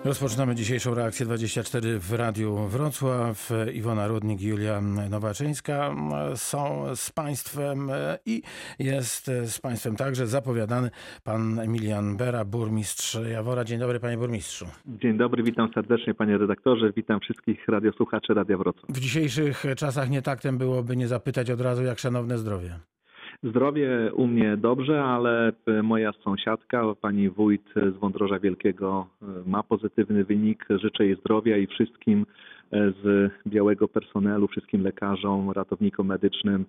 Rozpoczynamy dzisiejszą reakcję 24 w Radiu Wrocław. Iwona Rudnik, Julia Nowaczyńska są z Państwem i jest z Państwem także zapowiadany pan Emilian Bera, burmistrz Jawora. Dzień dobry, panie burmistrzu. Dzień dobry, witam serdecznie panie redaktorze, witam wszystkich radiosłuchaczy Radia Wrocław. W dzisiejszych czasach nie taktem byłoby nie zapytać od razu, jak szanowne zdrowie. Zdrowie u mnie dobrze, ale moja sąsiadka, pani wójt z Wądroża Wielkiego ma pozytywny wynik. Życzę jej zdrowia i wszystkim z białego personelu, wszystkim lekarzom, ratownikom medycznym.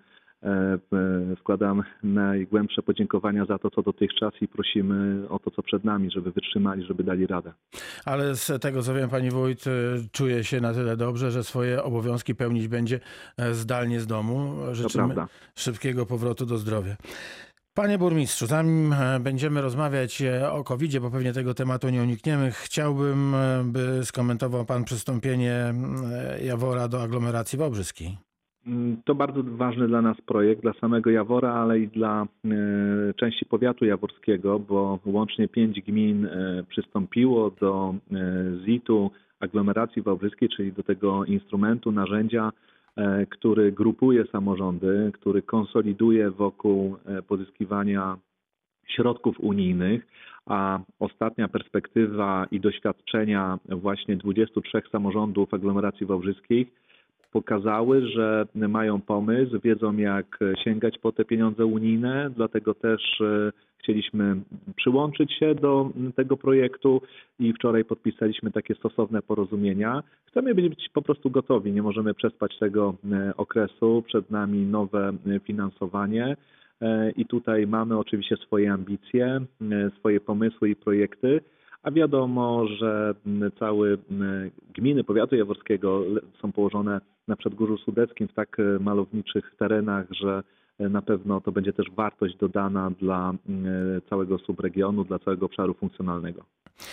Składam najgłębsze podziękowania za to, co dotychczas i prosimy o to, co przed nami, żeby wytrzymali, żeby dali radę. Ale z tego, co wiem, pani wójt czuje się na tyle dobrze, że swoje obowiązki pełnić będzie zdalnie z domu. Życzymy szybkiego powrotu do zdrowia. Panie burmistrzu, zanim będziemy rozmawiać o COVID-zie, bo pewnie tego tematu nie unikniemy, chciałbym, by skomentował pan przystąpienie Jawora do aglomeracji wałbrzyskiej. To bardzo ważny dla nas projekt, dla samego Jawora, ale i dla części powiatu jaworskiego, bo łącznie 5 gmin przystąpiło do ZIT-u aglomeracji wałbrzyskiej, czyli do tego instrumentu, narzędzia, który grupuje samorządy, który konsoliduje wokół pozyskiwania środków unijnych, a ostatnia perspektywa i doświadczenia właśnie 23 samorządów aglomeracji wałbrzyskich pokazały, że mają pomysł, wiedzą jak sięgać po te pieniądze unijne, dlatego też chcieliśmy przyłączyć się do tego projektu i wczoraj podpisaliśmy takie stosowne porozumienia. Chcemy być po prostu gotowi, nie możemy przespać tego okresu, przed nami nowe finansowanie i tutaj mamy oczywiście swoje ambicje, swoje pomysły i projekty. A wiadomo, że całe gminy powiatu jaworskiego są położone na Przedgórzu Sudeckim w tak malowniczych terenach, że na pewno to będzie też wartość dodana dla całego subregionu, dla całego obszaru funkcjonalnego.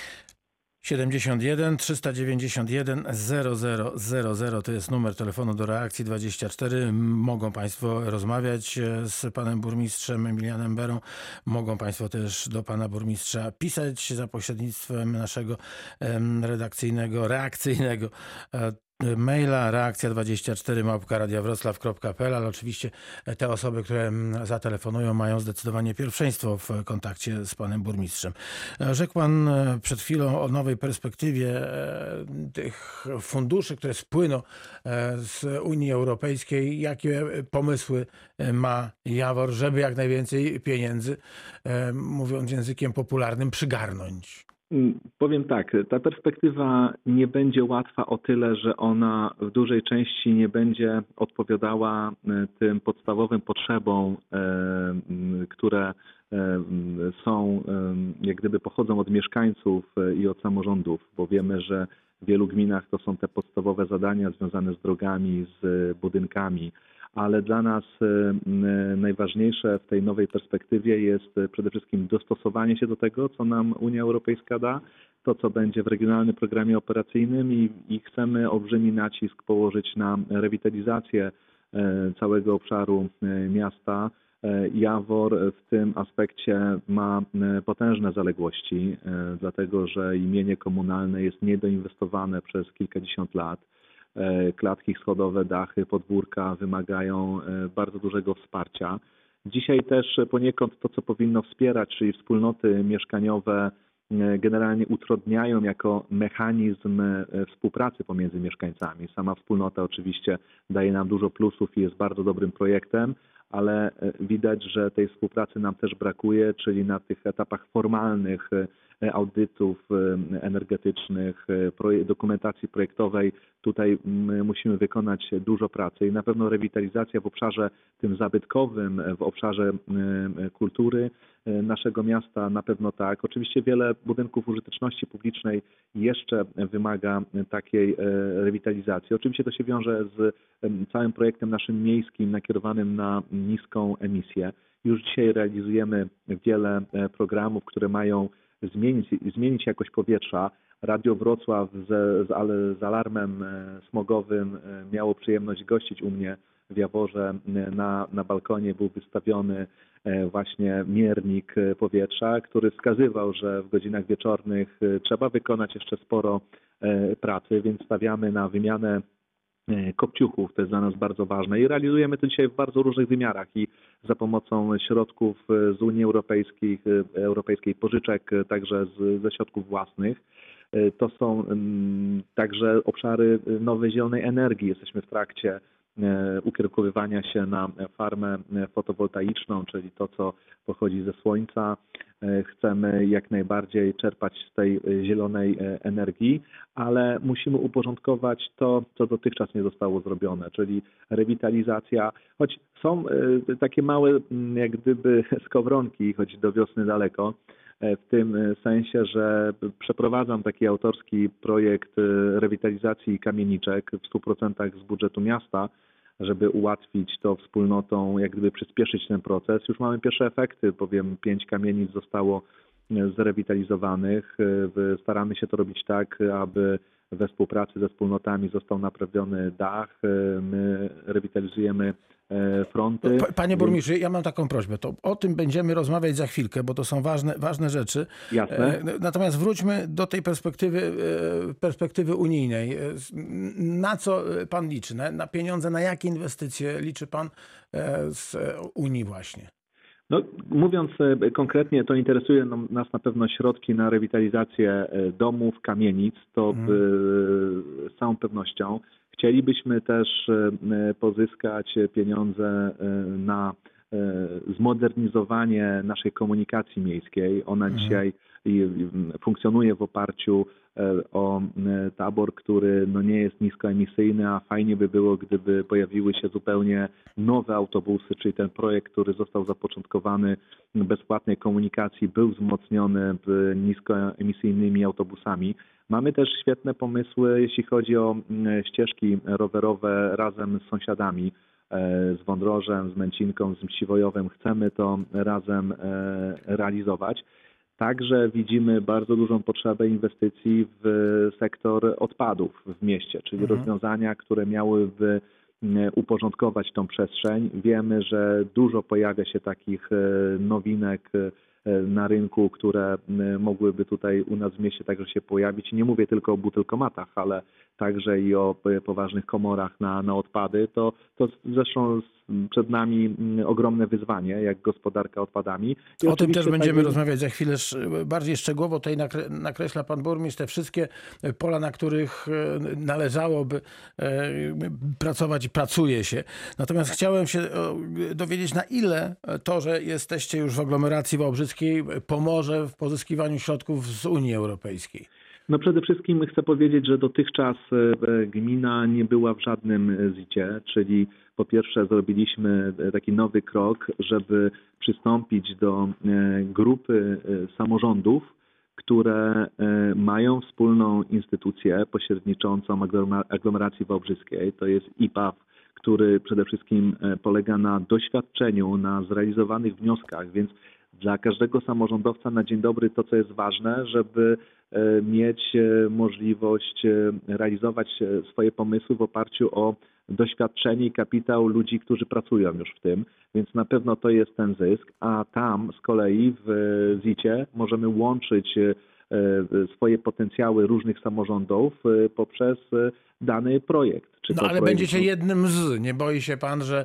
71 391 0000 to jest numer telefonu do reakcji 24. Mogą Państwo rozmawiać z panem burmistrzem Emilianem Berą. Mogą Państwo też do pana burmistrza pisać za pośrednictwem naszego redakcyjnego, reakcyjnego maila reakcja24@radiowroclaw.pl, ale oczywiście te osoby, które zatelefonują, mają zdecydowanie pierwszeństwo w kontakcie z panem burmistrzem. Rzekł pan przed chwilą o nowej perspektywie tych funduszy, które spłyną z Unii Europejskiej. Jakie pomysły ma Jawor, żeby jak najwięcej pieniędzy, mówiąc językiem popularnym, przygarnąć? Powiem tak, ta perspektywa nie będzie łatwa o tyle, że ona w dużej części nie będzie odpowiadała tym podstawowym potrzebom, które są, jak gdyby pochodzą od mieszkańców i od samorządów, bo wiemy, że w wielu gminach to są te podstawowe zadania związane z drogami, z budynkami, ale dla nas najważniejsze w tej nowej perspektywie jest przede wszystkim dostosowanie się do tego, co nam Unia Europejska da, to co będzie w regionalnym programie operacyjnym i chcemy olbrzymi nacisk położyć na rewitalizację całego obszaru miasta. Jawor w tym aspekcie ma potężne zaległości, dlatego że imienie komunalne jest niedoinwestowane przez kilkadziesiąt lat. Klatki schodowe, dachy, podwórka wymagają bardzo dużego wsparcia. Dzisiaj też poniekąd to, co powinno wspierać, czyli wspólnoty mieszkaniowe, generalnie utrudniają jako mechanizm współpracy pomiędzy mieszkańcami. Sama wspólnota oczywiście daje nam dużo plusów i jest bardzo dobrym projektem, ale widać, że tej współpracy nam też brakuje, czyli na tych etapach formalnych audytów energetycznych, dokumentacji projektowej. Tutaj musimy wykonać dużo pracy i na pewno rewitalizacja w obszarze tym zabytkowym, w obszarze kultury naszego miasta na pewno tak. Oczywiście wiele budynków użyteczności publicznej jeszcze wymaga takiej rewitalizacji. Oczywiście to się wiąże z całym projektem naszym miejskim nakierowanym na niską emisję. Już dzisiaj realizujemy wiele programów, które mają zmienić jakość powietrza. Radio Wrocław z alarmem smogowym miało przyjemność gościć u mnie w Jaworze na balkonie był wystawiony właśnie miernik powietrza, który wskazywał, że w godzinach wieczornych trzeba wykonać jeszcze sporo pracy, więc stawiamy na wymianę kopciuchów, to jest dla nas bardzo ważne i realizujemy to dzisiaj w bardzo różnych wymiarach i za pomocą środków z Unii Europejskiej, pożyczek także ze środków własnych. To są także obszary nowej zielonej energii. Jesteśmy w trakcie ukierunkowywania się na farmę fotowoltaiczną, czyli to, co pochodzi ze słońca. Chcemy jak najbardziej czerpać z tej zielonej energii, ale musimy uporządkować to, co dotychczas nie zostało zrobione, czyli rewitalizacja, choć są takie małe jak gdyby skowronki, choć do wiosny daleko, w tym sensie, że przeprowadzam taki autorski projekt rewitalizacji kamieniczek w 100% z budżetu miasta, żeby ułatwić to wspólnotom, jak gdyby przyspieszyć ten proces. Już mamy pierwsze efekty, bowiem 5 kamienic zostało zrewitalizowanych. Staramy się to robić tak, aby we współpracy ze wspólnotami został naprawiony dach. My rewitalizujemy fronty. Panie burmistrzu, ja mam taką prośbę. To o tym będziemy rozmawiać za chwilkę, bo to są ważne rzeczy. Jasne. Natomiast wróćmy do tej perspektywy unijnej. Na co pan liczy? Na pieniądze, na jakie inwestycje liczy pan z Unii właśnie? No, mówiąc konkretnie, to interesuje nas na pewno środki na rewitalizację domów, kamienic, to z całą pewnością. Chcielibyśmy też pozyskać pieniądze na zmodernizowanie naszej komunikacji miejskiej. Ona dzisiaj funkcjonuje w oparciu o tabor, który nie jest niskoemisyjny, a fajnie by było, gdyby pojawiły się zupełnie nowe autobusy, czyli ten projekt, który został zapoczątkowany bezpłatnej komunikacji, był wzmocniony niskoemisyjnymi autobusami. Mamy też świetne pomysły, jeśli chodzi o ścieżki rowerowe razem z sąsiadami, z Wądrożem, z Męcinką, z Mściwojowem. Chcemy to razem realizować. Także widzimy bardzo dużą potrzebę inwestycji w sektor odpadów w mieście, czyli rozwiązania, które miałyby uporządkować tą przestrzeń. Wiemy, że dużo pojawia się takich nowinek na rynku, które mogłyby tutaj u nas w mieście także się pojawić. Nie mówię tylko o butelkomatach, ale także i o poważnych komorach na odpady. To zresztą przed nami ogromne wyzwanie, jak gospodarka odpadami. O tym też będziemy rozmawiać za chwilę bardziej szczegółowo. Tutaj nakreśla pan burmistrz te wszystkie pola, na których należałoby pracować i pracuje się. Natomiast chciałem się dowiedzieć, na ile to, że jesteście już w aglomeracji wałbrzyskiej, pomoże w pozyskiwaniu środków z Unii Europejskiej. No przede wszystkim chcę powiedzieć, że dotychczas gmina nie była w żadnym ZIT-cie, czyli po pierwsze zrobiliśmy taki nowy krok, żeby przystąpić do grupy samorządów, które mają wspólną instytucję pośredniczącą aglomeracji wałbrzyskiej. To jest IPAW, który przede wszystkim polega na doświadczeniu, na zrealizowanych wnioskach, więc dla każdego samorządowca na dzień dobry to, co jest ważne, żeby mieć możliwość realizować swoje pomysły w oparciu o doświadczenie i kapitał ludzi, którzy pracują już w tym, więc na pewno to jest ten zysk, a tam z kolei w ZIT-cie możemy łączyć swoje potencjały różnych samorządów poprzez dany projekt. No ale będziecie jednym z, nie boi się pan, że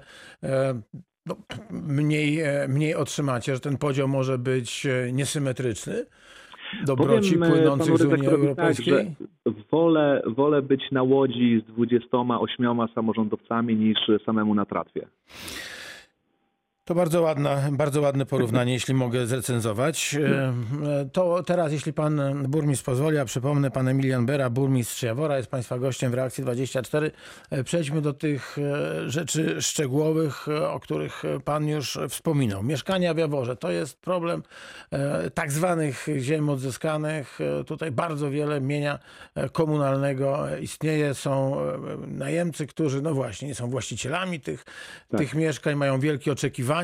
mniej otrzymacie, że ten podział może być niesymetryczny? Dobroci płynących z Unii Europejskiej? Tak, że wolę być na łodzi z 28 samorządowcami niż samemu na tratwie. To bardzo ładne porównanie, jeśli mogę zrecenzować. To teraz, jeśli pan burmistrz pozwoli, a przypomnę, pan Emilian Bera, burmistrz Jawora, jest państwa gościem w Reakcji 24. Przejdźmy do tych rzeczy szczegółowych, o których pan już wspominał. Mieszkania w Jaworze to jest problem tak zwanych ziem odzyskanych. Tutaj bardzo wiele mienia komunalnego istnieje. Są najemcy, którzy no właśnie nie są właścicielami tych mieszkań, mają wielkie oczekiwania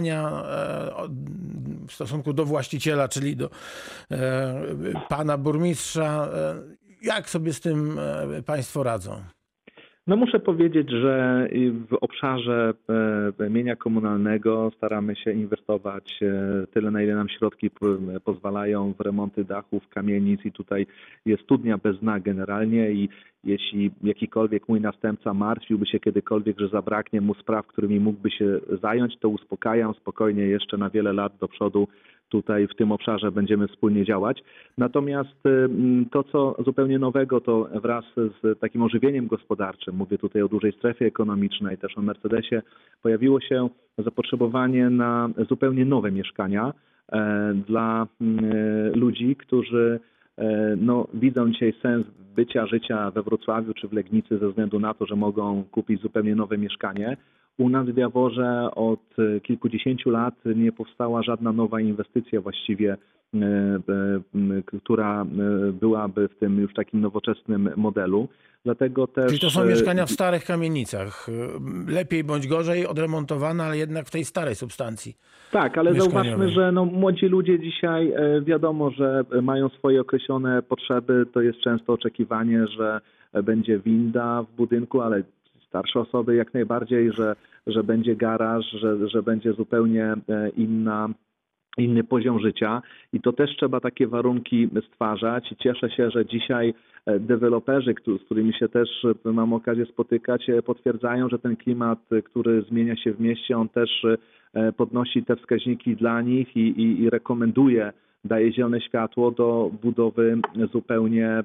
w stosunku do właściciela, czyli do pana burmistrza. Jak sobie z tym państwo radzą? No muszę powiedzieć, że w obszarze mienia komunalnego staramy się inwestować tyle, na ile nam środki pozwalają w remonty dachów, kamienic i tutaj jest studnia bez dna generalnie i jeśli jakikolwiek mój następca martwiłby się kiedykolwiek, że zabraknie mu spraw, którymi mógłby się zająć, to uspokajam spokojnie jeszcze na wiele lat do przodu. Tutaj w tym obszarze będziemy wspólnie działać. Natomiast to, co zupełnie nowego, to wraz z takim ożywieniem gospodarczym, mówię tutaj o dużej strefie ekonomicznej, też o Mercedesie, pojawiło się zapotrzebowanie na zupełnie nowe mieszkania dla ludzi, którzy no, widzą dzisiaj sens życia we Wrocławiu czy w Legnicy ze względu na to, że mogą kupić zupełnie nowe mieszkanie. U nas w Jaworze od kilkudziesięciu lat nie powstała żadna nowa inwestycja właściwie, która byłaby w tym już takim nowoczesnym modelu. Dlatego też... Czyli to są mieszkania w starych kamienicach, lepiej bądź gorzej odremontowane, ale jednak w tej starej substancji. Tak, ale zauważmy, że no, młodzi ludzie dzisiaj wiadomo, że mają swoje określone potrzeby. To jest często oczekiwanie, że będzie winda w budynku, ale starsze osoby jak najbardziej, że będzie garaż, że będzie zupełnie inny poziom życia i to też trzeba takie warunki stwarzać i cieszę się, że dzisiaj deweloperzy, z którymi się też mam okazję spotykać, potwierdzają, że ten klimat, który zmienia się w mieście, on też podnosi te wskaźniki dla nich i rekomenduje, daje zielone światło do budowy zupełnie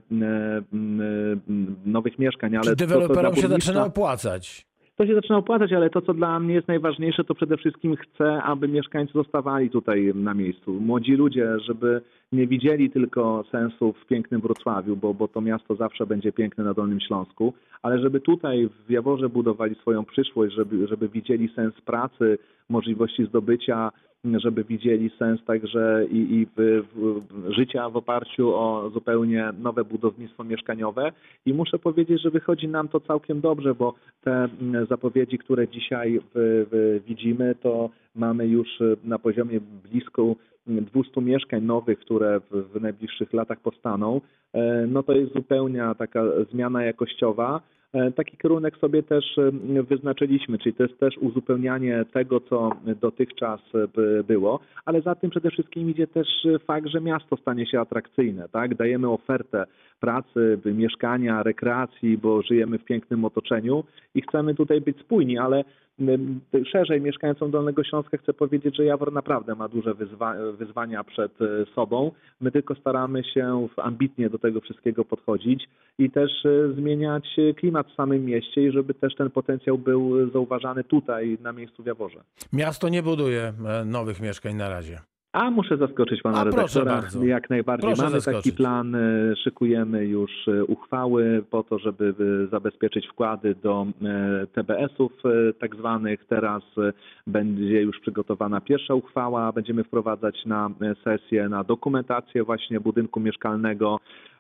nowych mieszkań. Ale deweloperom się zaczyna opłacać. To się zaczyna opłacać, ale to, co dla mnie jest najważniejsze, to przede wszystkim chcę, aby mieszkańcy zostawali tutaj na miejscu. Młodzi ludzie, żeby nie widzieli tylko sensu w pięknym Wrocławiu, bo to miasto zawsze będzie piękne na Dolnym Śląsku, ale żeby tutaj w Jaworze budowali swoją przyszłość, żeby widzieli sens pracy, możliwości zdobycia, żeby widzieli sens także i życia w oparciu o zupełnie nowe budownictwo mieszkaniowe. I muszę powiedzieć, że wychodzi nam to całkiem dobrze, bo te zapowiedzi, które dzisiaj widzimy, to mamy już na poziomie blisko 200 mieszkań nowych, które w najbliższych latach powstaną. No to jest zupełnie taka zmiana jakościowa. Taki kierunek sobie też wyznaczyliśmy, czyli to jest też uzupełnianie tego, co dotychczas było, ale za tym przede wszystkim idzie też fakt, że miasto stanie się atrakcyjne, tak? Dajemy ofertę pracy, mieszkania, rekreacji, bo żyjemy w pięknym otoczeniu i chcemy tutaj być spójni, ale szerzej mieszkańcom Dolnego Śląska chcę powiedzieć, że Jawor naprawdę ma duże wyzwania przed sobą. My tylko staramy się ambitnie do tego wszystkiego podchodzić i też zmieniać klimat w samym mieście i żeby też ten potencjał był zauważany tutaj na miejscu w Jaworze. Miasto nie buduje nowych mieszkań na razie. A muszę zaskoczyć pana redaktora. Jak najbardziej. Proszę Mamy zaskoczyć. taki plan, szykujemy już uchwały po to, żeby zabezpieczyć wkłady do TBS-ów tak zwanych. Teraz będzie już przygotowana pierwsza uchwała. Będziemy wprowadzać na sesję, na dokumentację właśnie budynku mieszkalnego.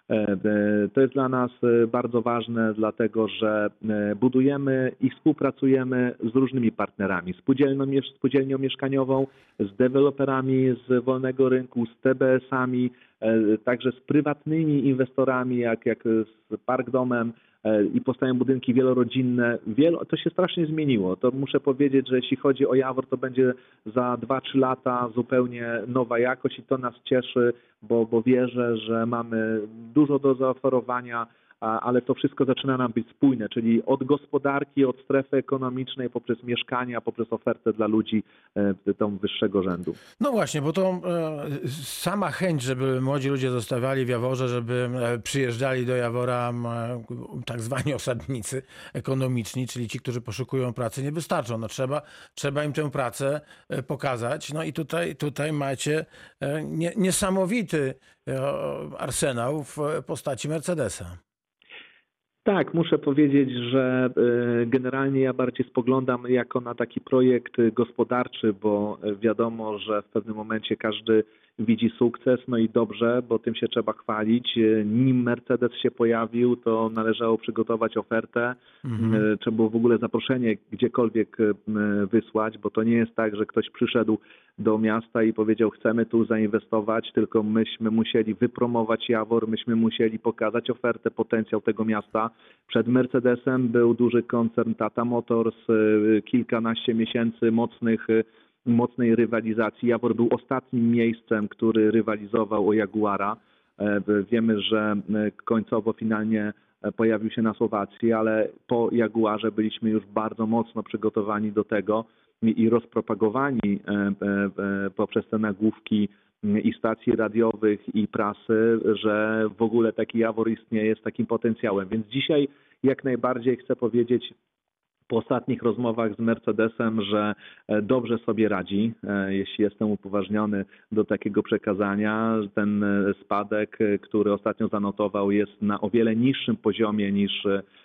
To jest dla nas bardzo ważne, dlatego że budujemy i współpracujemy z różnymi partnerami, spółdzielnią mieszkaniową, z deweloperami z wolnego rynku, z TBS-ami, także z prywatnymi inwestorami, jak z Parkdomem i powstają budynki wielorodzinne. To się strasznie zmieniło. To muszę powiedzieć, że jeśli chodzi o Jawor, to będzie za 2-3 lata zupełnie nowa jakość i to nas cieszy, bo wierzę, że mamy dużo do zaoferowania, ale to wszystko zaczyna nam być spójne, czyli od gospodarki, od strefy ekonomicznej, poprzez mieszkania, poprzez ofertę dla ludzi tą wyższego rzędu. No właśnie, bo to sama chęć, żeby młodzi ludzie zostawiali w Jaworze, żeby przyjeżdżali do Jawora tak zwani osadnicy ekonomiczni, czyli ci, którzy poszukują pracy, nie wystarczą. No trzeba im tę pracę pokazać. No i tutaj macie niesamowity arsenał w postaci Mercedesa. Tak, muszę powiedzieć, że generalnie ja bardziej spoglądam jako na taki projekt gospodarczy, bo wiadomo, że w pewnym momencie każdy widzi sukces, no i dobrze, bo tym się trzeba chwalić. Nim Mercedes się pojawił, to należało przygotować ofertę, trzeba było w ogóle zaproszenie gdziekolwiek wysłać, bo to nie jest tak, że ktoś przyszedł do miasta i powiedział, chcemy tu zainwestować, tylko myśmy musieli wypromować Jawor, myśmy musieli pokazać ofertę, potencjał tego miasta. Przed Mercedesem był duży koncern Tata Motors, kilkanaście miesięcy mocnej rywalizacji. Jawor był ostatnim miejscem, który rywalizował o Jaguara. Wiemy, że końcowo finalnie pojawił się na Słowacji, ale po Jaguarze byliśmy już bardzo mocno przygotowani do tego i rozpropagowani poprzez te nagłówki i stacji radiowych i prasy, że w ogóle taki Jawor istnieje z takim potencjałem. Więc dzisiaj jak najbardziej chcę powiedzieć po ostatnich rozmowach z Mercedesem, że dobrze sobie radzi, jeśli jestem upoważniony do takiego przekazania. Ten spadek, który ostatnio zanotował, jest na o wiele niższym poziomie niż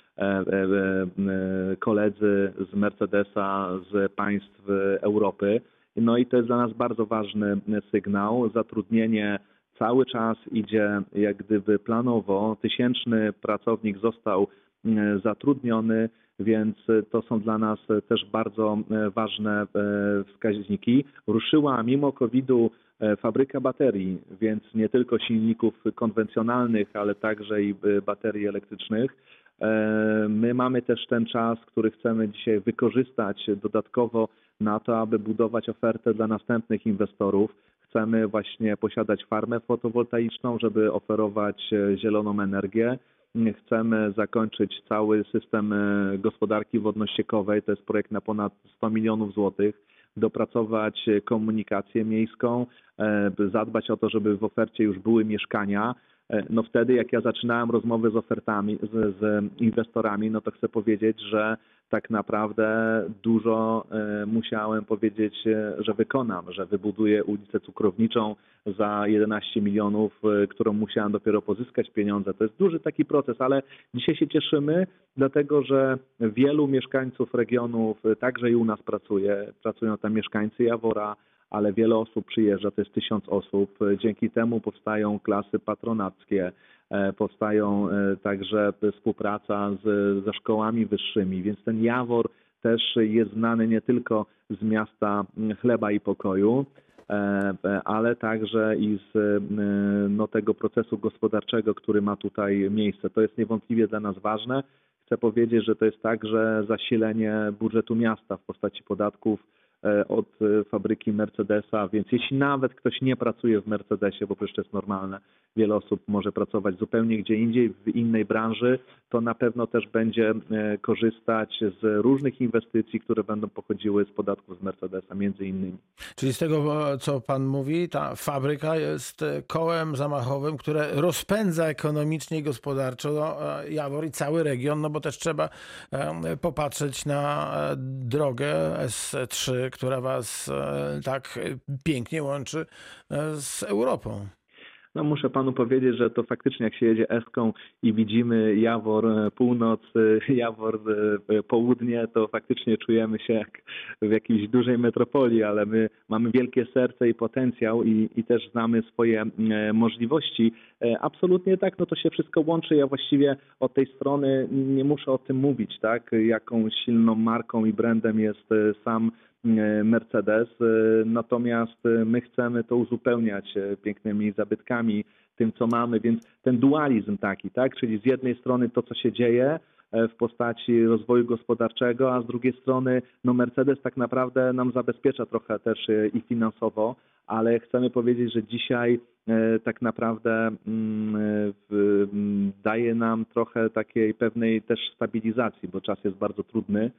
koledzy z Mercedesa z państw Europy. No i to jest dla nas bardzo ważny sygnał. Zatrudnienie cały czas idzie jak gdyby planowo. 1000 pracownik został zatrudniony, więc to są dla nas też bardzo ważne wskaźniki. Ruszyła mimo COVID-u fabryka baterii, więc nie tylko silników konwencjonalnych, ale także i baterii elektrycznych. My mamy też ten czas, który chcemy dzisiaj wykorzystać dodatkowo na to, aby budować ofertę dla następnych inwestorów. Chcemy właśnie posiadać farmę fotowoltaiczną, żeby oferować zieloną energię. Chcemy zakończyć cały system gospodarki wodno-ściekowej, to jest projekt na ponad 100 milionów złotych, dopracować komunikację miejską, zadbać o to, żeby w ofercie już były mieszkania. No wtedy, jak ja zaczynałem rozmowy z ofertami, z inwestorami, no to chcę powiedzieć, że tak naprawdę dużo musiałem powiedzieć, że wykonam, że wybuduję ulicę Cukrowniczą za 11 milionów, którą musiałem dopiero pozyskać pieniądze. To jest duży taki proces, ale dzisiaj się cieszymy, dlatego że wielu mieszkańców regionów także i u nas pracuje. Pracują tam mieszkańcy Jawora, ale wiele osób przyjeżdża, to jest 1000 osób. Dzięki temu powstają klasy patronackie, powstają także współpraca ze szkołami wyższymi, więc ten Jawor też jest znany nie tylko z miasta chleba i pokoju, ale także i z tego procesu gospodarczego, który ma tutaj miejsce. To jest niewątpliwie dla nas ważne. Chcę powiedzieć, że to jest także zasilenie budżetu miasta w postaci podatków od fabryki Mercedesa, więc jeśli nawet ktoś nie pracuje w Mercedesie, bo przecież to jest normalne, wiele osób może pracować zupełnie gdzie indziej, w innej branży, to na pewno też będzie korzystać z różnych inwestycji, które będą pochodziły z podatków z Mercedesa, między innymi. Czyli z tego, co pan mówi, ta fabryka jest kołem zamachowym, które rozpędza ekonomicznie i gospodarczo Jawor i cały region, no bo też trzeba popatrzeć na drogę S3, która was tak pięknie łączy z Europą. No muszę panu powiedzieć, że to faktycznie jak się jedzie Eską i widzimy Jawor północ, Jawor południe, to faktycznie czujemy się jak w jakiejś dużej metropolii, ale my mamy wielkie serce i potencjał i też znamy swoje możliwości. Absolutnie tak, no to się wszystko łączy. Ja właściwie od tej strony nie muszę o tym mówić, tak? Jaką silną marką i brandem jest sam Mercedes, natomiast my chcemy to uzupełniać pięknymi zabytkami, tym co mamy, więc ten dualizm taki, tak, czyli z jednej strony to co się dzieje w postaci rozwoju gospodarczego, a z drugiej strony no Mercedes tak naprawdę nam zabezpiecza trochę też i finansowo, ale chcemy powiedzieć, że dzisiaj tak naprawdę daje nam trochę takiej pewnej też stabilizacji, bo czas jest bardzo trudny.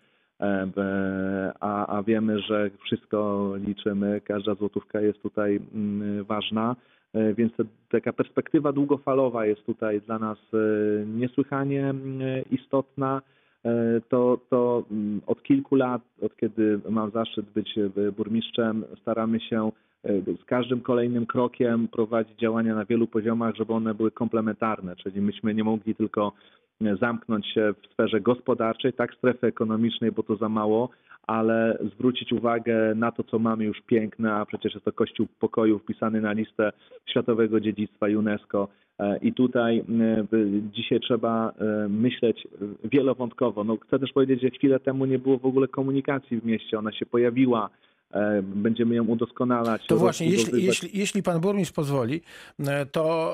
A wiemy, że wszystko liczymy, każda złotówka jest tutaj ważna, więc taka perspektywa długofalowa jest tutaj dla nas niesłychanie istotna. To od kilku lat, od kiedy mam zaszczyt być burmistrzem, staramy się z każdym kolejnym krokiem prowadzić działania na wielu poziomach, żeby one były komplementarne, czyli myśmy nie mogli tylko zamknąć się w sferze gospodarczej, tak, strefy ekonomicznej, bo to za mało, ale zwrócić uwagę na to, co mamy już piękne, a przecież jest to Kościół Pokoju wpisany na listę Światowego Dziedzictwa UNESCO. I tutaj dzisiaj trzeba myśleć wielowątkowo. No, chcę też powiedzieć, że chwilę temu nie było w ogóle komunikacji w mieście. Ona się pojawiła. Będziemy ją udoskonalać. To właśnie, jeśli pan burmistrz pozwoli, to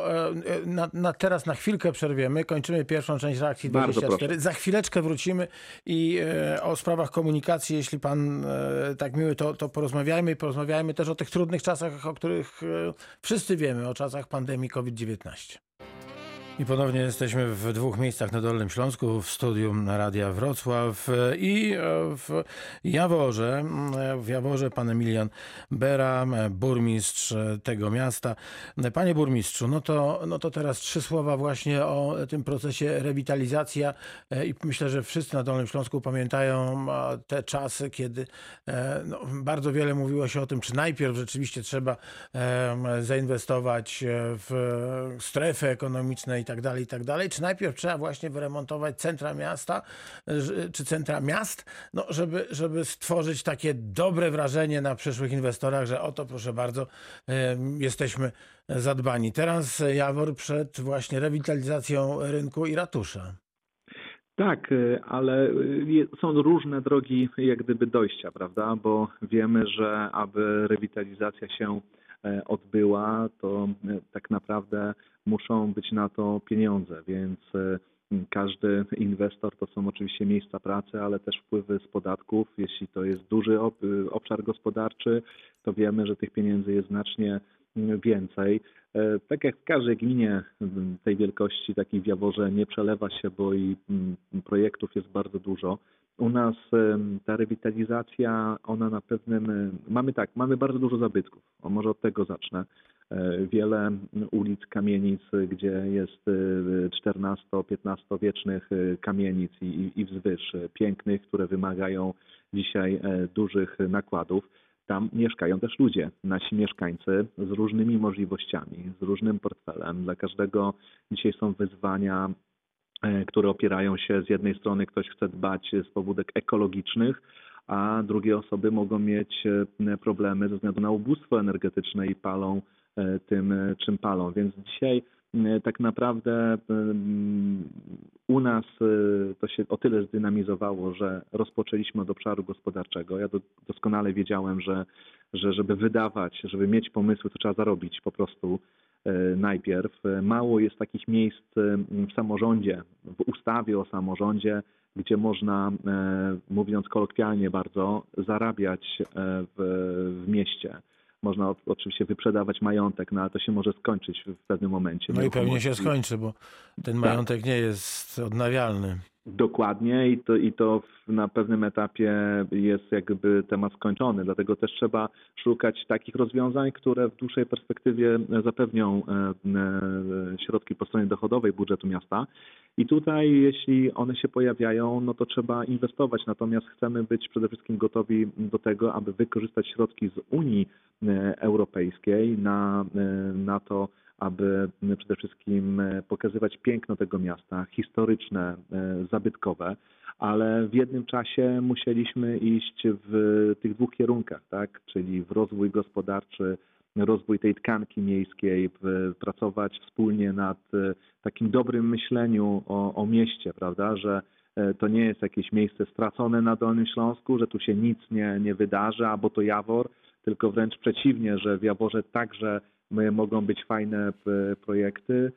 teraz na chwilkę przerwiemy, kończymy pierwszą część Reakcji 24. Za chwileczkę wrócimy i o sprawach komunikacji, jeśli pan tak miły, to porozmawiajmy i porozmawiajmy też o tych trudnych czasach, o których wszyscy wiemy, o czasach pandemii COVID-19. I ponownie jesteśmy w dwóch miejscach na Dolnym Śląsku, w studiu Radia Wrocław i w Jaworze. W Jaworze pan Emilian Bera, burmistrz tego miasta. Panie burmistrzu, no to teraz 3 słowa właśnie o tym procesie rewitalizacji. I myślę, że wszyscy na Dolnym Śląsku pamiętają te czasy, kiedy bardzo wiele mówiło się o tym, czy najpierw rzeczywiście trzeba zainwestować w strefy ekonomiczne i tak dalej, czy najpierw trzeba właśnie wyremontować centra miasta, czy centra miast, żeby stworzyć takie dobre wrażenie na przyszłych inwestorach, że oto proszę bardzo, jesteśmy zadbani. Teraz Jawor przed właśnie rewitalizacją rynku i ratusza. Tak, ale są różne drogi jak gdyby dojścia, prawda? Bo wiemy, że aby rewitalizacja się odbyła, to tak naprawdę muszą być na to pieniądze, więc każdy inwestor to są oczywiście miejsca pracy, ale też wpływy z podatków. Jeśli to jest duży obszar gospodarczy, to wiemy, że tych pieniędzy jest znacznie więcej. Tak jak w każdej gminie tej wielkości, takiej w Jaworze, nie przelewa się, bo i projektów jest bardzo dużo. U nas ta rewitalizacja, ona na pewnym... Mamy bardzo dużo zabytków. Może od tego zacznę. Wiele ulic, kamienic, gdzie jest XIV-XV wiecznych kamienic i wzwyż pięknych, które wymagają dzisiaj dużych nakładów. Tam mieszkają też ludzie, nasi mieszkańcy z różnymi możliwościami, z różnym portfelem. Dla każdego dzisiaj są wyzwania, które opierają się, z jednej strony ktoś chce dbać z pobudek ekologicznych, a drugie osoby mogą mieć problemy ze względu na ubóstwo energetyczne i palą tym, czym palą. Więc dzisiaj tak naprawdę u nas to się o tyle zdynamizowało, że rozpoczęliśmy od obszaru gospodarczego. Ja doskonale wiedziałem, że żeby wydawać, żeby mieć pomysły, to trzeba zarobić po prostu najpierw. Mało jest takich miejsc w samorządzie, w ustawie o samorządzie, gdzie można, mówiąc kolokwialnie bardzo, zarabiać w mieście. Można oczywiście wyprzedawać majątek, no ale to się może skończyć w pewnym momencie. No i pewnie się skończy, bo ten majątek nie jest odnawialny. Dokładnie i to na pewnym etapie jest jakby temat skończony. Dlatego też trzeba szukać takich rozwiązań, które w dłuższej perspektywie zapewnią środki po stronie dochodowej budżetu miasta. I tutaj, jeśli one się pojawiają, no to trzeba inwestować. Natomiast chcemy być przede wszystkim gotowi do tego, aby wykorzystać środki z Unii Europejskiej na to, aby przede wszystkim pokazywać piękno tego miasta, historyczne, zabytkowe, ale w jednym czasie musieliśmy iść w tych dwóch kierunkach, tak? Czyli w rozwój gospodarczy, rozwój tej tkanki miejskiej, pracować wspólnie nad takim dobrym myśleniu o mieście, prawda? Że to nie jest jakieś miejsce stracone na Dolnym Śląsku, że tu się nic nie wydarzy, albo to Jawor, tylko wręcz przeciwnie, że w Jaworze także mogą być fajne projekty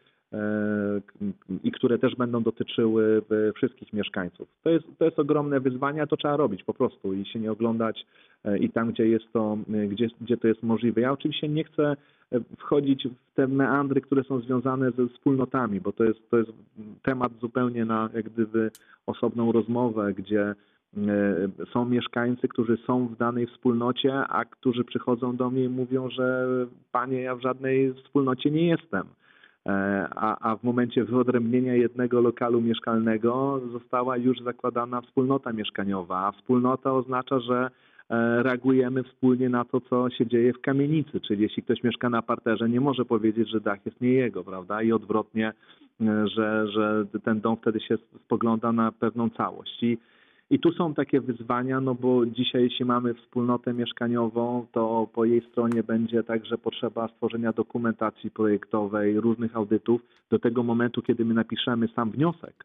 i które też będą dotyczyły wszystkich mieszkańców. To jest ogromne wyzwanie, a to trzeba robić po prostu i się nie oglądać i tam, gdzie jest to, gdzie to jest możliwe. Ja oczywiście nie chcę wchodzić w te meandry, które są związane ze wspólnotami, bo to jest temat zupełnie na jak gdyby osobną rozmowę, gdzie są mieszkańcy, którzy są w danej wspólnocie, a którzy przychodzą do mnie i mówią, że panie, ja w żadnej wspólnocie nie jestem. A w momencie wyodrębnienia jednego lokalu mieszkalnego została już zakładana wspólnota mieszkaniowa, a wspólnota oznacza, że reagujemy wspólnie na to, co się dzieje w kamienicy, czyli jeśli ktoś mieszka na parterze, nie może powiedzieć, że dach jest nie jego, prawda? I odwrotnie że ten dom wtedy się spogląda na pewną całość. I tu są takie wyzwania, no bo dzisiaj jeśli mamy wspólnotę mieszkaniową, to po jej stronie będzie także potrzeba stworzenia dokumentacji projektowej, różnych audytów do tego momentu, kiedy my napiszemy sam wniosek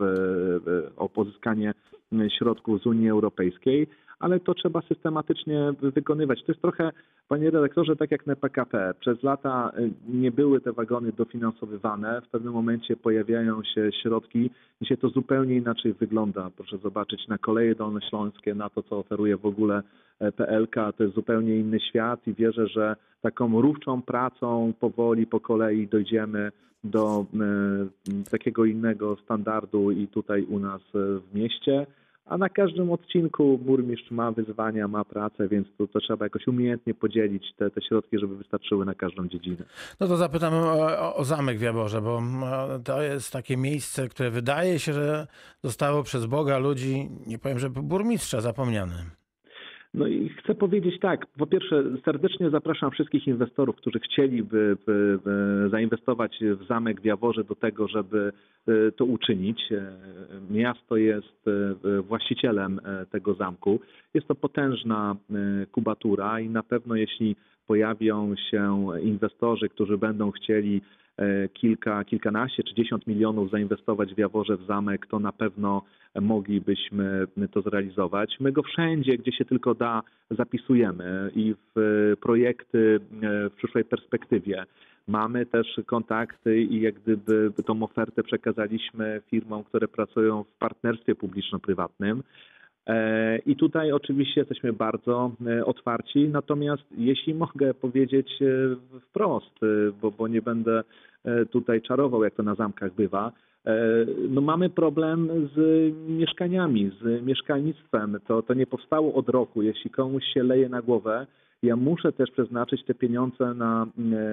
o pozyskanie środków z Unii Europejskiej, ale to trzeba systematycznie wykonywać. To jest trochę, panie redaktorze, tak jak na PKP. Przez lata nie były te wagony dofinansowywane, w pewnym momencie pojawiają się środki. Dzisiaj to zupełnie inaczej wygląda. Proszę zobaczyć na koleje dolnośląskie, na to, co oferuje w ogóle PLK. To jest zupełnie inny świat i wierzę, że taką rówczą pracą powoli po kolei dojdziemy do takiego innego standardu i tutaj u nas w mieście. A na każdym odcinku burmistrz ma wyzwania, ma pracę, więc to trzeba jakoś umiejętnie podzielić te środki, żeby wystarczyły na każdą dziedzinę. No to zapytam o Zamek w Jaworze, bo to jest takie miejsce, które wydaje się, że zostało przez Boga, ludzi, nie powiem, że burmistrza zapomniane. No i chcę powiedzieć tak, po pierwsze serdecznie zapraszam wszystkich inwestorów, którzy chcieliby zainwestować w Zamek w Jaworze do tego, żeby to uczynić. Miasto jest właścicielem tego zamku. Jest to potężna kubatura i na pewno jeśli pojawią się inwestorzy, którzy będą chcieli kilkanaście czy 10 milionów zainwestować w Jaworze w zamek, to na pewno moglibyśmy to zrealizować. My go wszędzie, gdzie się tylko da, zapisujemy i w projekty w przyszłej perspektywie. Mamy też kontakty i jak gdyby tą ofertę przekazaliśmy firmom, które pracują w partnerstwie publiczno-prywatnym. I tutaj oczywiście jesteśmy bardzo otwarci, natomiast jeśli mogę powiedzieć wprost, bo nie będę tutaj czarował, jak to na zamkach bywa, no mamy problem z mieszkaniami, z mieszkalnictwem. To nie powstało od roku. Jeśli komuś się leje na głowę, ja muszę też przeznaczyć te pieniądze na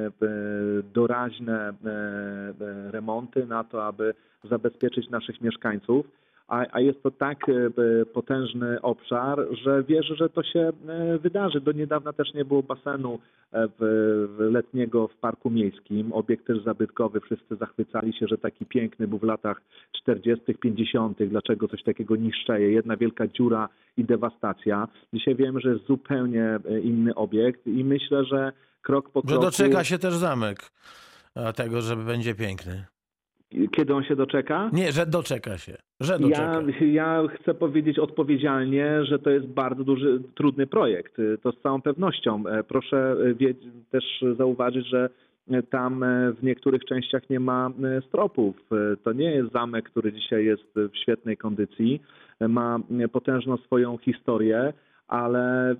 doraźne remonty, na to, aby zabezpieczyć naszych mieszkańców. A jest to tak potężny obszar, że wierzę, że to się wydarzy. Do niedawna też nie było basenu letniego w parku miejskim. Obiekt też zabytkowy. Wszyscy zachwycali się, że taki piękny był w latach 40., 50. Dlaczego coś takiego niszczeje? Jedna wielka dziura i dewastacja. Dzisiaj wiemy, że jest zupełnie inny obiekt i myślę, że krok po kroku... Że doczeka się też zamek tego, że będzie piękny. Kiedy on się doczeka? Nie, że doczeka się. Że doczeka. Ja chcę powiedzieć odpowiedzialnie, że to jest bardzo duży, trudny projekt. To z całą pewnością. Proszę też zauważyć, że tam w niektórych częściach nie ma stropów. To nie jest zamek, który dzisiaj jest w świetnej kondycji. Ma potężną swoją historię, ale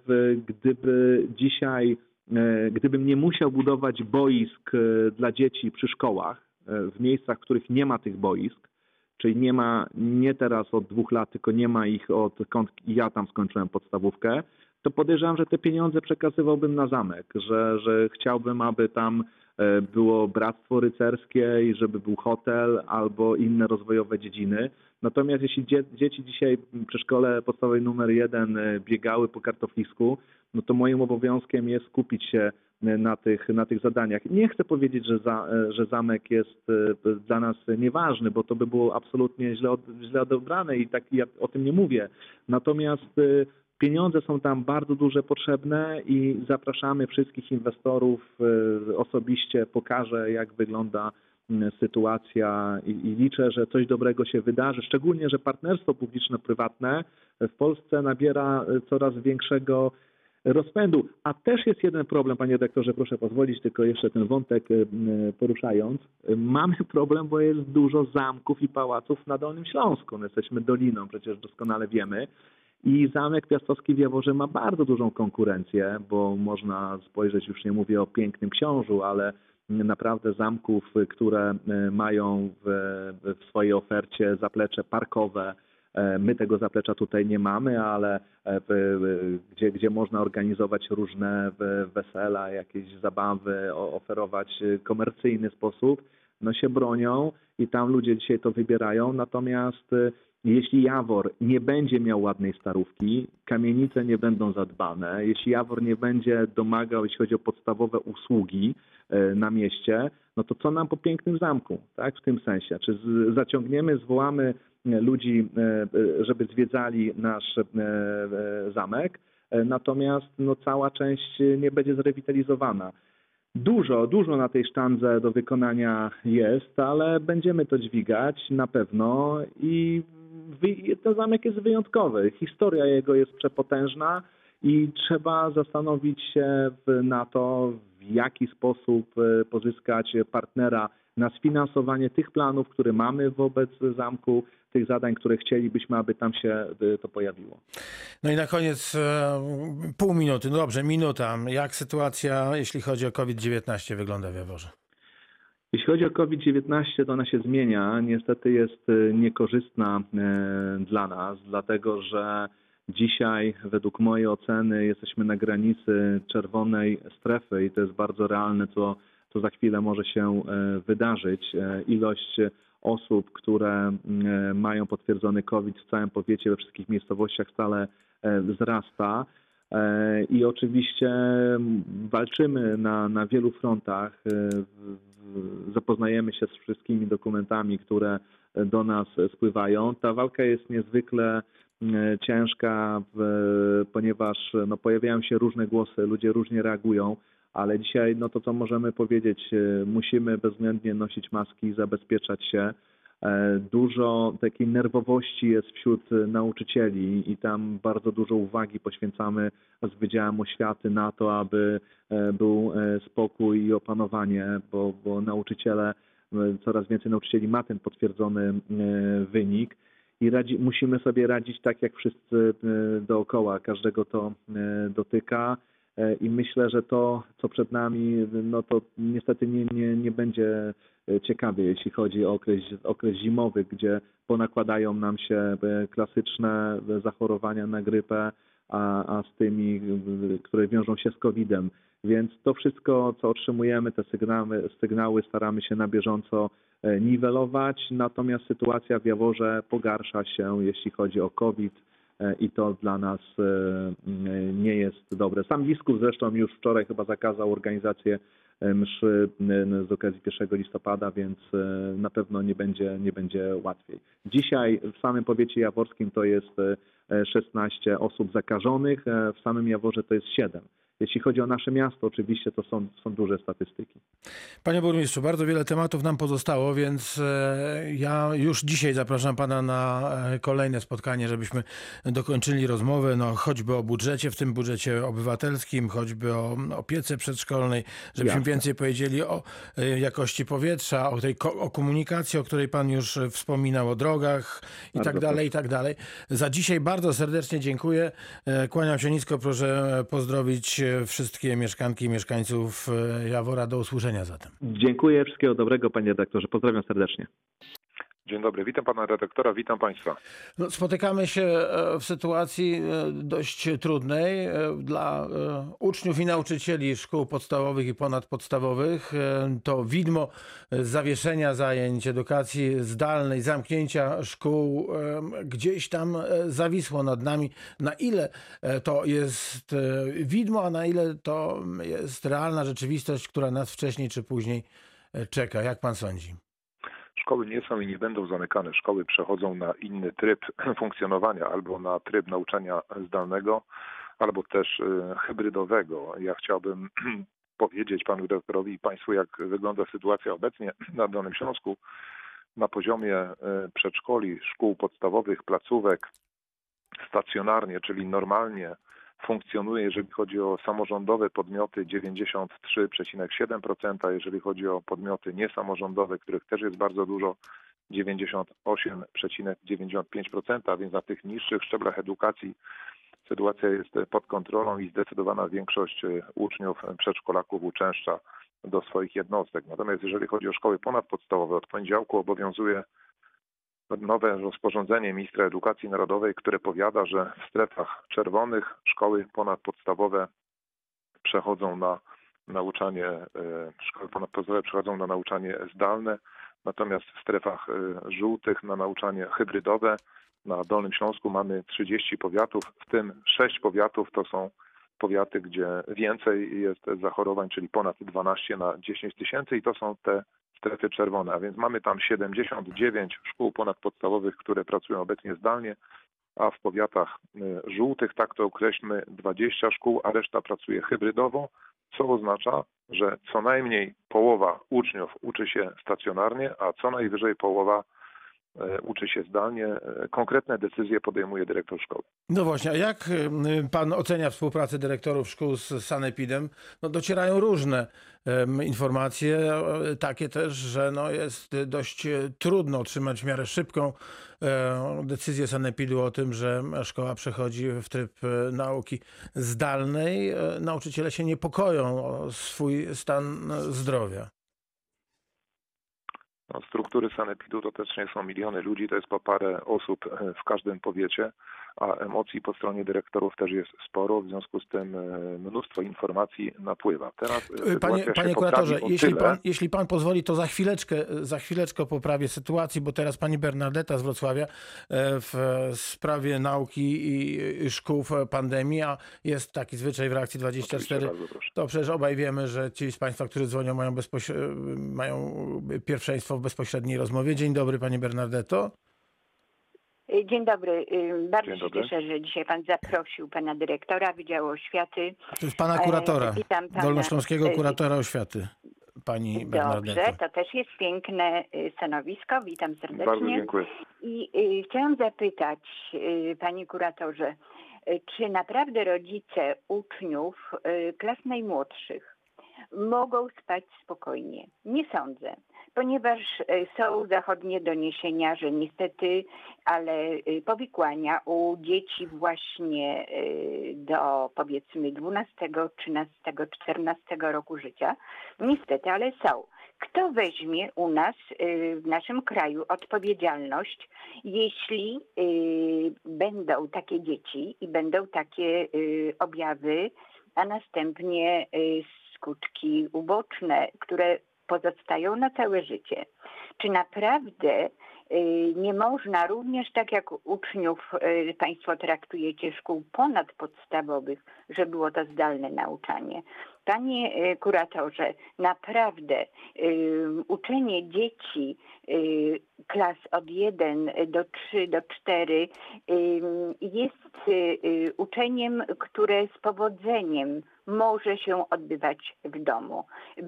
gdybym nie musiał budować boisk dla dzieci przy szkołach, w miejscach, w których nie ma tych boisk, czyli nie teraz od 2 lat, tylko nie ma ich odkąd ja tam skończyłem podstawówkę, to podejrzewam, że te pieniądze przekazywałbym na zamek, że chciałbym, aby tam było bractwo rycerskie i żeby był hotel albo inne rozwojowe dziedziny. Natomiast jeśli dzieci dzisiaj przy szkole podstawowej numer 1 biegały po kartoflisku, no to moim obowiązkiem jest skupić się na tych zadaniach. Nie chcę powiedzieć, że zamek jest dla nas nieważny, bo to by było absolutnie źle odebrane i tak ja o tym nie mówię. Natomiast pieniądze są tam bardzo duże, potrzebne i zapraszamy wszystkich inwestorów. Osobiście pokażę, jak wygląda sytuacja i liczę, że coś dobrego się wydarzy. Szczególnie, że partnerstwo publiczno-prywatne w Polsce nabiera coraz większego rozpędu. A też jest jeden problem, panie redaktorze, proszę pozwolić, tylko jeszcze ten wątek poruszając. Mamy problem, bo jest dużo zamków i pałaców na Dolnym Śląsku. My jesteśmy doliną, przecież doskonale wiemy. I Zamek Piastowski w Jaworze ma bardzo dużą konkurencję, bo można spojrzeć, już nie mówię o Pięknym Książu, ale naprawdę zamków, które mają w swojej ofercie zaplecze parkowe. My tego zaplecza tutaj nie mamy, ale gdzie można organizować różne wesela, jakieś zabawy, oferować komercyjny sposób, no się bronią i tam ludzie dzisiaj to wybierają. Natomiast jeśli Jawor nie będzie miał ładnej starówki, kamienice nie będą zadbane, jeśli Jawor nie będzie domagał, jeśli chodzi o podstawowe usługi na mieście, no to co nam po pięknym zamku, tak, w tym sensie? Czy zaciągniemy, zwołamy ludzi, żeby zwiedzali nasz zamek, natomiast no, cała część nie będzie zrewitalizowana. Dużo na tej sztandze do wykonania jest, ale będziemy to dźwigać na pewno i ten zamek jest wyjątkowy. Historia jego jest przepotężna i trzeba zastanowić się na to, w jaki sposób pozyskać partnera na sfinansowanie tych planów, które mamy wobec zamku, tych zadań, które chcielibyśmy, aby tam się to pojawiło. No i na koniec pół minuty, no dobrze, minuta. Jak sytuacja, jeśli chodzi o COVID-19 wygląda w Jaworze? Jeśli chodzi o COVID-19, to ona się zmienia. Niestety jest niekorzystna dla nas, dlatego że dzisiaj według mojej oceny jesteśmy na granicy czerwonej strefy i to jest bardzo realne, co za chwilę może się wydarzyć. Ilość osób, które mają potwierdzony COVID w całym powiecie, we wszystkich miejscowościach stale wzrasta. I oczywiście walczymy na wielu frontach. Zapoznajemy się z wszystkimi dokumentami, które do nas spływają. Ta walka jest niezwykle ciężka, ponieważ no, pojawiają się różne głosy, ludzie różnie reagują, ale dzisiaj no, to, co możemy powiedzieć, musimy bezwzględnie nosić maski, zabezpieczać się. Dużo takiej nerwowości jest wśród nauczycieli i tam bardzo dużo uwagi poświęcamy z Wydziałem Oświaty na to, aby był spokój i opanowanie, bo nauczyciele, coraz więcej nauczycieli ma ten potwierdzony wynik i musimy sobie radzić tak jak wszyscy dookoła, każdego to dotyka. I myślę, że to, co przed nami, no to niestety nie będzie ciekawie, jeśli chodzi o okres zimowy, gdzie ponakładają nam się klasyczne zachorowania na grypę, a z tymi, które wiążą się z COVID-em. Więc to wszystko, co otrzymujemy, te sygnały staramy się na bieżąco niwelować, natomiast sytuacja w Jaworze pogarsza się, jeśli chodzi o COVID, i to dla nas nie jest dobre. Sam biskup zresztą już wczoraj chyba zakazał organizację mszy z okazji 1 listopada, więc na pewno nie będzie łatwiej. Dzisiaj w samym powiecie jaworskim to jest 16 osób zakażonych, w samym Jaworze to jest 7. Jeśli chodzi o nasze miasto, oczywiście to są duże statystyki. Panie burmistrzu, bardzo wiele tematów nam pozostało, więc ja już dzisiaj zapraszam pana na kolejne spotkanie, żebyśmy dokończyli rozmowę, no choćby o budżecie, w tym budżecie obywatelskim, choćby o opiece przedszkolnej, żebyśmy więcej powiedzieli o jakości powietrza, o komunikacji, o której pan już wspominał, o drogach i tak dalej. Za dzisiaj bardzo serdecznie dziękuję. Kłaniam się nisko, proszę pozdrowić wszystkie mieszkanki i mieszkańców Jawora. Do usłyszenia zatem. Dziękuję, wszystkiego dobrego, panie redaktorze. Pozdrawiam serdecznie. Dzień dobry, witam pana redaktora, witam państwa. No, spotykamy się w sytuacji dość trudnej dla uczniów i nauczycieli szkół podstawowych i ponadpodstawowych. To widmo zawieszenia zajęć edukacji zdalnej, zamknięcia szkół gdzieś tam zawisło nad nami. Na ile to jest widmo, a na ile to jest realna rzeczywistość, która nas wcześniej czy później czeka? Jak pan sądzi? Szkoły nie są i nie będą zamykane. Szkoły przechodzą na inny tryb funkcjonowania, albo na tryb nauczania zdalnego, albo też hybrydowego. Ja chciałbym powiedzieć panu dyrektorowi i państwu, jak wygląda sytuacja obecnie na Dolnym Śląsku na poziomie przedszkoli, szkół podstawowych, placówek stacjonarnie, czyli normalnie funkcjonuje, jeżeli chodzi o samorządowe podmioty 93,7%, jeżeli chodzi o podmioty niesamorządowe, których też jest bardzo dużo, 98,95%, a więc na tych niższych szczeblach edukacji sytuacja jest pod kontrolą i zdecydowana większość uczniów, przedszkolaków uczęszcza do swoich jednostek. Natomiast jeżeli chodzi o szkoły ponadpodstawowe, od poniedziałku obowiązuje nowe rozporządzenie ministra edukacji narodowej, które powiada, że w strefach czerwonych szkoły ponadpodstawowe przechodzą na nauczanie, zdalne, natomiast w strefach żółtych na nauczanie hybrydowe. Na Dolnym Śląsku mamy 30 powiatów, w tym 6 powiatów to są powiaty, gdzie więcej jest zachorowań, czyli ponad 12 na 10 tysięcy i to są te strefy czerwone, a więc mamy tam 79 szkół ponadpodstawowych, które pracują obecnie zdalnie, a w powiatach żółtych, tak to określmy, 20 szkół, a reszta pracuje hybrydowo, co oznacza, że co najmniej połowa uczniów uczy się stacjonarnie, a co najwyżej połowa uczy się zdalnie. Konkretne decyzje podejmuje dyrektor szkoły. No właśnie, a jak pan ocenia współpracę dyrektorów szkół z sanepidem? No docierają różne informacje, takie też, że no jest dość trudno otrzymać w miarę szybką decyzję sanepidu o tym, że szkoła przechodzi w tryb nauki zdalnej. Nauczyciele się niepokoją o swój stan zdrowia. No, struktury sanepidu to też nie są miliony ludzi, to jest po parę osób w każdym powiecie, a emocji po stronie dyrektorów też jest sporo, w związku z tym mnóstwo informacji napływa. Teraz Panie kuratorze, jeśli pan pozwoli, to za chwileczkę poprawię sytuację, bo teraz pani Bernadeta z Wrocławia w sprawie nauki i szkół w pandemii, a jest taki zwyczaj w Reakcji 24, to przecież obaj wiemy, że ci z państwa, którzy dzwonią, mają pierwszeństwo w bezpośredniej rozmowie. Dzień dobry, pani Bernadeto. Dzień dobry. Bardzo się cieszę, że dzisiaj pan zaprosił pana dyrektora Wydziału Oświaty. To jest pana kuratora, dolnośląskiego kuratora oświaty, pani Bernadeta. Dobrze, to też jest piękne stanowisko. Witam serdecznie. Bardzo dziękuję. I chciałam zapytać, panie kuratorze, czy naprawdę rodzice uczniów klas najmłodszych mogą spać spokojnie? Nie sądzę, ponieważ są zachodnie doniesienia, że niestety, ale powikłania u dzieci właśnie do powiedzmy 12, 13, 14 roku życia, niestety, ale są. Kto weźmie u nas w naszym kraju odpowiedzialność, jeśli będą takie dzieci i będą takie objawy, a następnie skutki uboczne, które pozostają na całe życie? Czy naprawdę nie można również, tak jak uczniów państwo traktujecie szkół ponadpodstawowych, że było to zdalne nauczanie? Panie kuratorze, naprawdę uczenie dzieci klas od 1 do 3, do 4 jest uczeniem, które z powodzeniem może się odbywać w domu.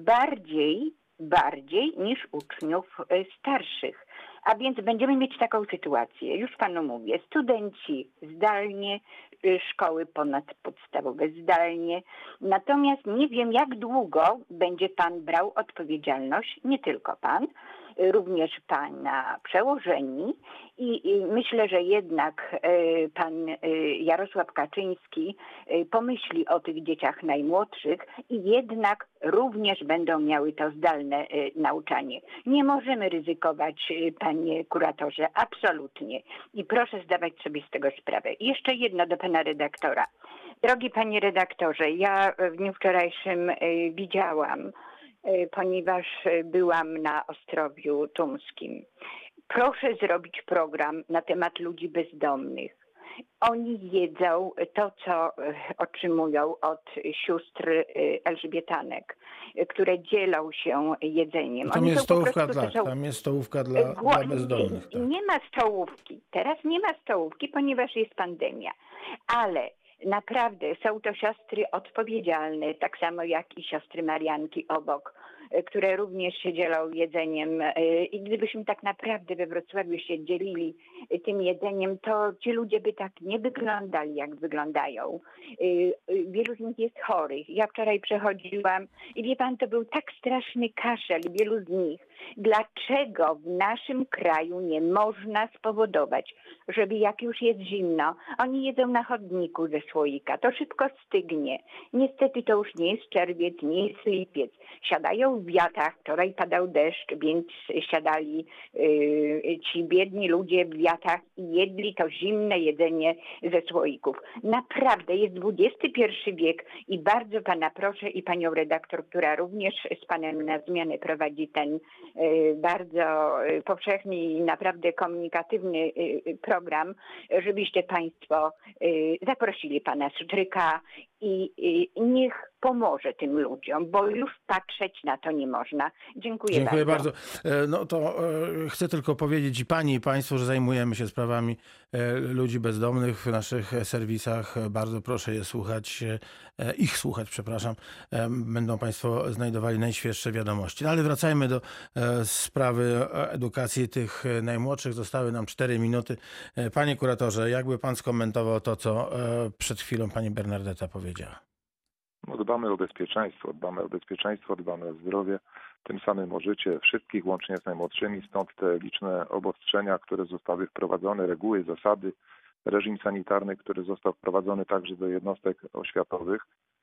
Bardziej niż uczniów starszych. A więc będziemy mieć taką sytuację, już panu mówię, studenci zdalnie, szkoły ponadpodstawowe zdalnie. Natomiast nie wiem, jak długo będzie pan brał odpowiedzialność, nie tylko pan, również pana przełożeni i myślę, że jednak pan Jarosław Kaczyński pomyśli o tych dzieciach najmłodszych i jednak również będą miały to zdalne nauczanie. Nie możemy ryzykować, panie kuratorze, absolutnie. I proszę zdawać sobie z tego sprawę. I jeszcze jedno do pana redaktora. Drogi panie redaktorze, ja w dniu wczorajszym widziałam, ponieważ byłam na Ostrowiu Tumskim. Proszę zrobić program na temat ludzi bezdomnych. Oni jedzą to, co otrzymują od sióstr Elżbietanek, które dzielą się jedzeniem. Tam jest stołówka dla bezdomnych. Tak. Nie ma stołówki. Teraz nie ma stołówki, ponieważ jest pandemia. Ale naprawdę są to siostry odpowiedzialne, tak samo jak i siostry Marianki obok, które również się dzielą jedzeniem. I gdybyśmy tak naprawdę we Wrocławiu się dzielili tym jedzeniem, to ci ludzie by tak nie wyglądali, jak wyglądają. Wielu z nich jest chorych. Ja wczoraj przechodziłam i wie pan, to był tak straszny kaszel wielu z nich. Dlaczego w naszym kraju nie można spowodować, żeby jak już jest zimno, oni jedzą na chodniku ze słoika, to szybko stygnie. Niestety to już nie jest czerwiec, nie jest lipiec. Siadają w wiatach, wczoraj padał deszcz, więc siadali ci biedni ludzie w wiatach i jedli to zimne jedzenie ze słoików. Naprawdę jest XXI wiek i bardzo pana proszę i panią redaktor, która również z panem na zmianę prowadzi ten bardzo powszechny i naprawdę komunikatywny program, żebyście państwo zaprosili pana Sutryka i niech pomoże tym ludziom, bo już patrzeć na to nie można. Dziękuję bardzo. No to chcę tylko powiedzieć i pani, i państwu, że zajmujemy się sprawami ludzi bezdomnych w naszych serwisach. Bardzo proszę ich słuchać, przepraszam. Będą państwo znajdowali najświeższe wiadomości. No ale wracajmy do sprawy edukacji tych najmłodszych. Zostały nam 4 minuty. Panie kuratorze, jakby pan skomentował to, co przed chwilą pani Bernardeta powiedziała? No, dbamy o bezpieczeństwo, dbamy o zdrowie, tym samym o życie wszystkich, łącznie z najmłodszymi, stąd te liczne obostrzenia, które zostały wprowadzone, reguły, zasady, reżim sanitarny, który został wprowadzony także do jednostek oświatowych.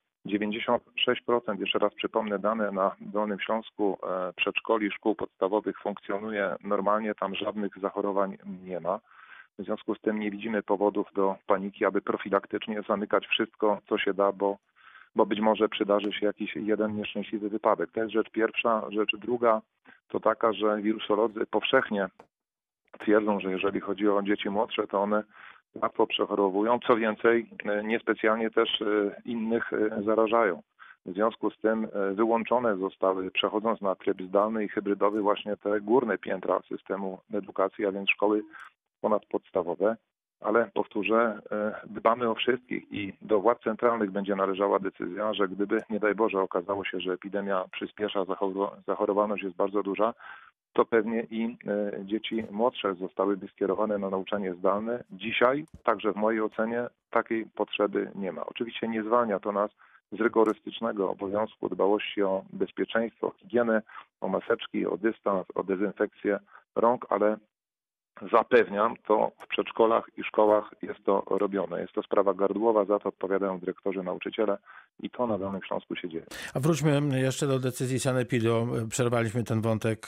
96%, jeszcze raz przypomnę dane na Dolnym Śląsku, przedszkoli, szkół podstawowych funkcjonuje normalnie, tam żadnych zachorowań nie ma. W związku z tym nie widzimy powodów do paniki, aby profilaktycznie zamykać wszystko, co się da, bo być może przydarzy się jakiś jeden nieszczęśliwy wypadek. To jest rzecz pierwsza. Rzecz druga to taka, że wirusolodzy powszechnie twierdzą, że jeżeli chodzi o dzieci młodsze, to one łatwo przechorowują. Co więcej, niespecjalnie też innych zarażają. W związku z tym wyłączone zostały, przechodząc na tryb zdalny i hybrydowy, właśnie te górne piętra systemu edukacji, a więc szkoły ponadpodstawowe. Ale powtórzę, dbamy o wszystkich i do władz centralnych będzie należała decyzja, że gdyby, nie daj Boże, okazało się, że epidemia przyspiesza, zachorowalność jest bardzo duża, to pewnie i dzieci młodsze zostałyby skierowane na nauczanie zdalne. Dzisiaj, także w mojej ocenie, takiej potrzeby nie ma. Oczywiście nie zwalnia to nas z rygorystycznego obowiązku dbałości o bezpieczeństwo, o higienę, o maseczki, o dystans, o dezynfekcję rąk, ale zapewniam, to w przedszkolach i szkołach jest to robione. Jest to sprawa gardłowa, za to odpowiadają dyrektorzy, nauczyciele i to na Dolnym Śląsku się dzieje. A wróćmy jeszcze do decyzji sanepidu. Przerwaliśmy ten wątek,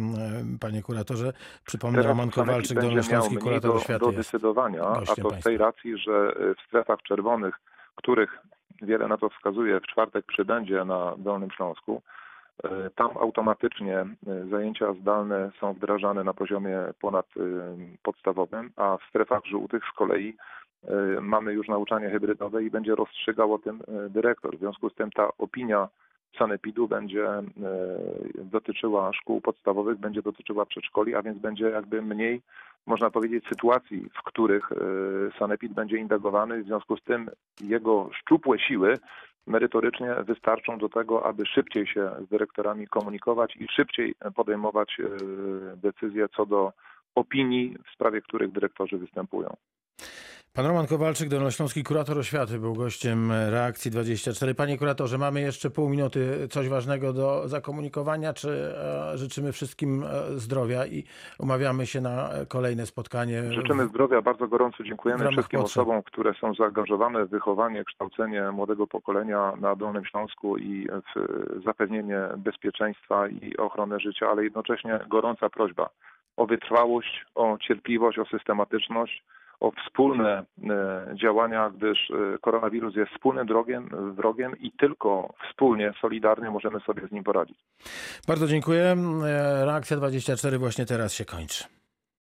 panie kuratorze. Przypomnę, Roman Kowalczyk, dolnośląski kurator oświaty. Do decydowania, a to z tej racji, że w strefach czerwonych, których wiele na to wskazuje, w czwartek przybędzie na Dolnym Śląsku, tam automatycznie zajęcia zdalne są wdrażane na poziomie ponadpodstawowym, a w strefach żółtych z kolei mamy już nauczanie hybrydowe i będzie rozstrzygał o tym dyrektor. W związku z tym ta opinia sanepidu będzie dotyczyła szkół podstawowych, będzie dotyczyła przedszkoli, a więc będzie jakby mniej, można powiedzieć, sytuacji, w których sanepid będzie indagowany. W związku z tym jego szczupłe siły merytorycznie wystarczą do tego, aby szybciej się z dyrektorami komunikować i szybciej podejmować decyzje co do opinii, w sprawie których dyrektorzy występują. Pan Roman Kowalczyk, dolnośląski kurator oświaty, był gościem Reakcji 24. Panie kuratorze, mamy jeszcze pół minuty. Coś ważnego do zakomunikowania, czy życzymy wszystkim zdrowia i umawiamy się na kolejne spotkanie? Życzymy zdrowia, bardzo gorąco dziękujemy wszystkim osobom, które są zaangażowane w wychowanie, kształcenie młodego pokolenia na Dolnym Śląsku i w zapewnienie bezpieczeństwa i ochronę życia, ale jednocześnie gorąca prośba o wytrwałość, o cierpliwość, o systematyczność, o wspólne działania, gdyż koronawirus jest wspólnym wrogiem i tylko wspólnie, solidarnie możemy sobie z nim poradzić. Bardzo dziękuję. Reakcja 24 właśnie teraz się kończy.